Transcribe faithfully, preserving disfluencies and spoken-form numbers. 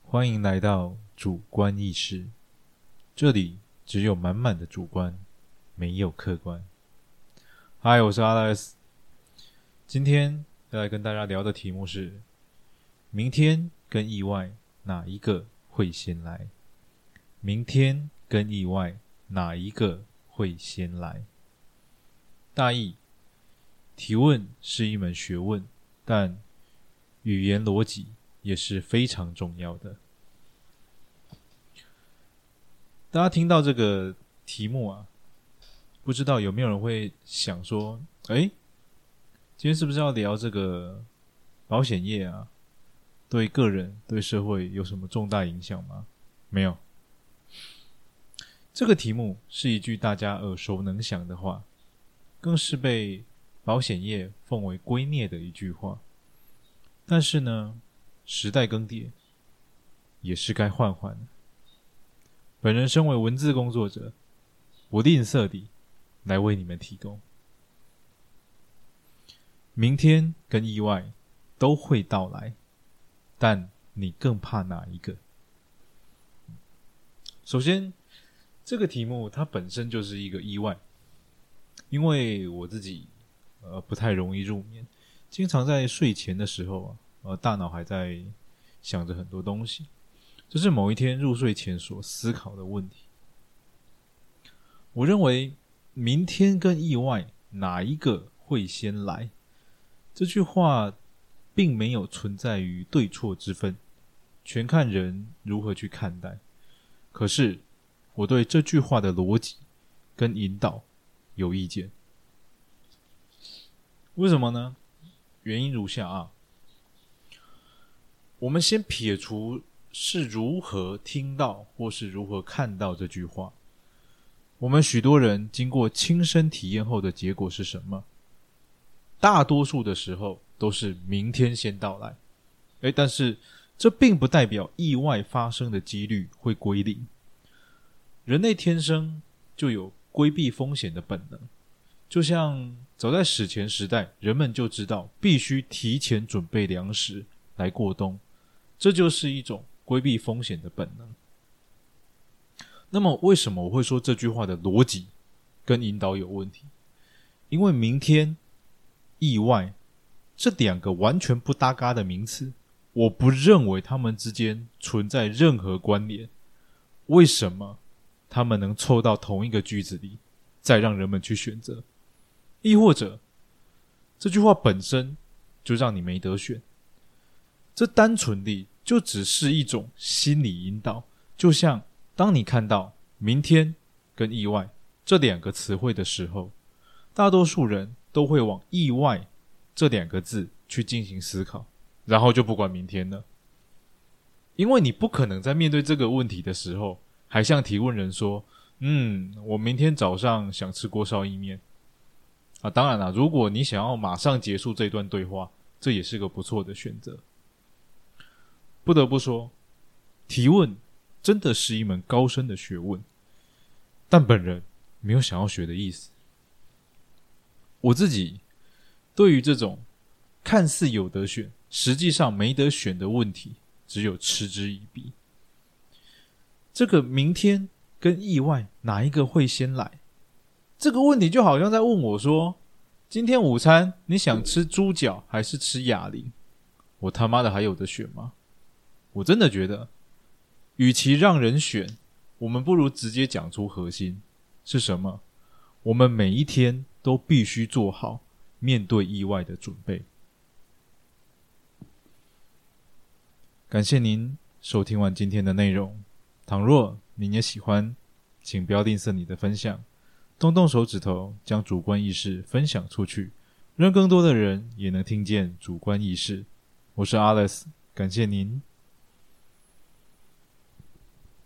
欢迎来到主观意识，这里只有满满的主观，没有客观。嗨，我是 Alex， 今天要来跟大家聊的题目是：明天跟意外哪一个会先来？明天跟意外哪一个会先来？大意：提问是一门学问，但语言逻辑也是非常重要的。大家听到这个题目啊，不知道有没有人会想说，诶，今天是不是要聊这个保险业啊，对个人对社会有什么重大影响吗？没有。这个题目是一句大家耳熟能详的话，更是被保险业奉为圭臬的一句话。但是呢，时代更迭，也是该换换了。本人身为文字工作者，不吝啬地来为你们提供。明天跟意外都会到来，但你更怕哪一个？首先，这个题目它本身就是一个意外，因为我自己呃不太容易入眠，经常在睡前的时候啊，呃大脑还在想着很多东西。这是某一天入睡前所思考的问题。我认为明天跟意外哪一个会先来？这句话并没有存在于对错之分，全看人如何去看待。可是我对这句话的逻辑跟引导有意见。为什么呢？原因如下啊。我们先撇除是如何听到或是如何看到这句话，我们许多人经过亲身体验后的结果是什么？大多数的时候都是明天先到来。诶，但是这并不代表意外发生的几率会归零。人类天生就有规避风险的本能，就像早在史前时代，人们就知道必须提前准备粮食来过冬，这就是一种规避风险的本能。那么为什么我会说这句话的逻辑跟引导有问题？因为明天、意外这两个完全不搭嘎的名词，我不认为它们之间存在任何关联。为什么它们能凑到同一个句子里，再让人们去选择？亦或者这句话本身就让你没得选？这单纯地就只是一种心理引导，就像当你看到明天跟意外这两个词汇的时候，大多数人都会往意外这两个字去进行思考，然后就不管明天了。因为你不可能在面对这个问题的时候，还向提问人说，嗯，我明天早上想吃锅烧意面。啊，当然啦，如果你想要马上结束这段对话，这也是个不错的选择。不得不说，提问真的是一门高深的学问，但本人没有想要学的意思。我自己对于这种看似有得选，实际上没得选的问题，只有嗤之以鼻。这个明天跟意外哪一个会先来？这个问题就好像在问我说，今天午餐你想吃猪脚还是吃哑铃？我他妈的还有得选吗？我真的觉得与其让人选，我们不如直接讲出核心是什么。我们每一天都必须做好面对意外的准备。感谢您收听完今天的内容，倘若您也喜欢，请不要吝啬你的分享，动动手指头将主观意识分享出去，让更多的人也能听见主观意识。我是 Alex， 感谢您。